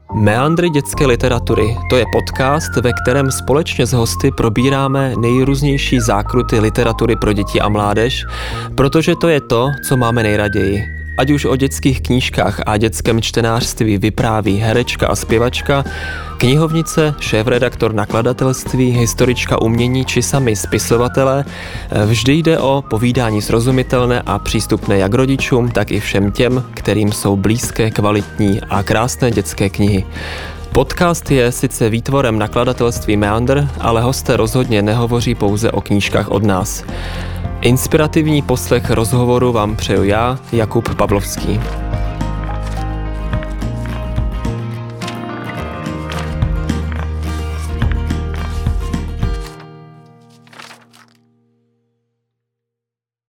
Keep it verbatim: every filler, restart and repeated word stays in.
Meandry dětské literatury, to je podcast, ve kterém společně s hosty probíráme nejrůznější zákruty literatury pro děti a mládež, protože to je to, co máme nejraději. Ať už o dětských knížkách a dětském čtenářství vypráví herečka a zpěvačka, knihovnice, šéfredaktor nakladatelství, historička umění či sami spisovatelé, vždy jde o povídání srozumitelné a přístupné jak rodičům, tak i všem těm, kterým jsou blízké, kvalitní a krásné dětské knihy. Podcast je sice výtvorem nakladatelství Meandr, ale hosté rozhodně nehovoří pouze o knížkách od nás. Inspirativní poslech rozhovoru vám přeju já, Jakub Pavlovský.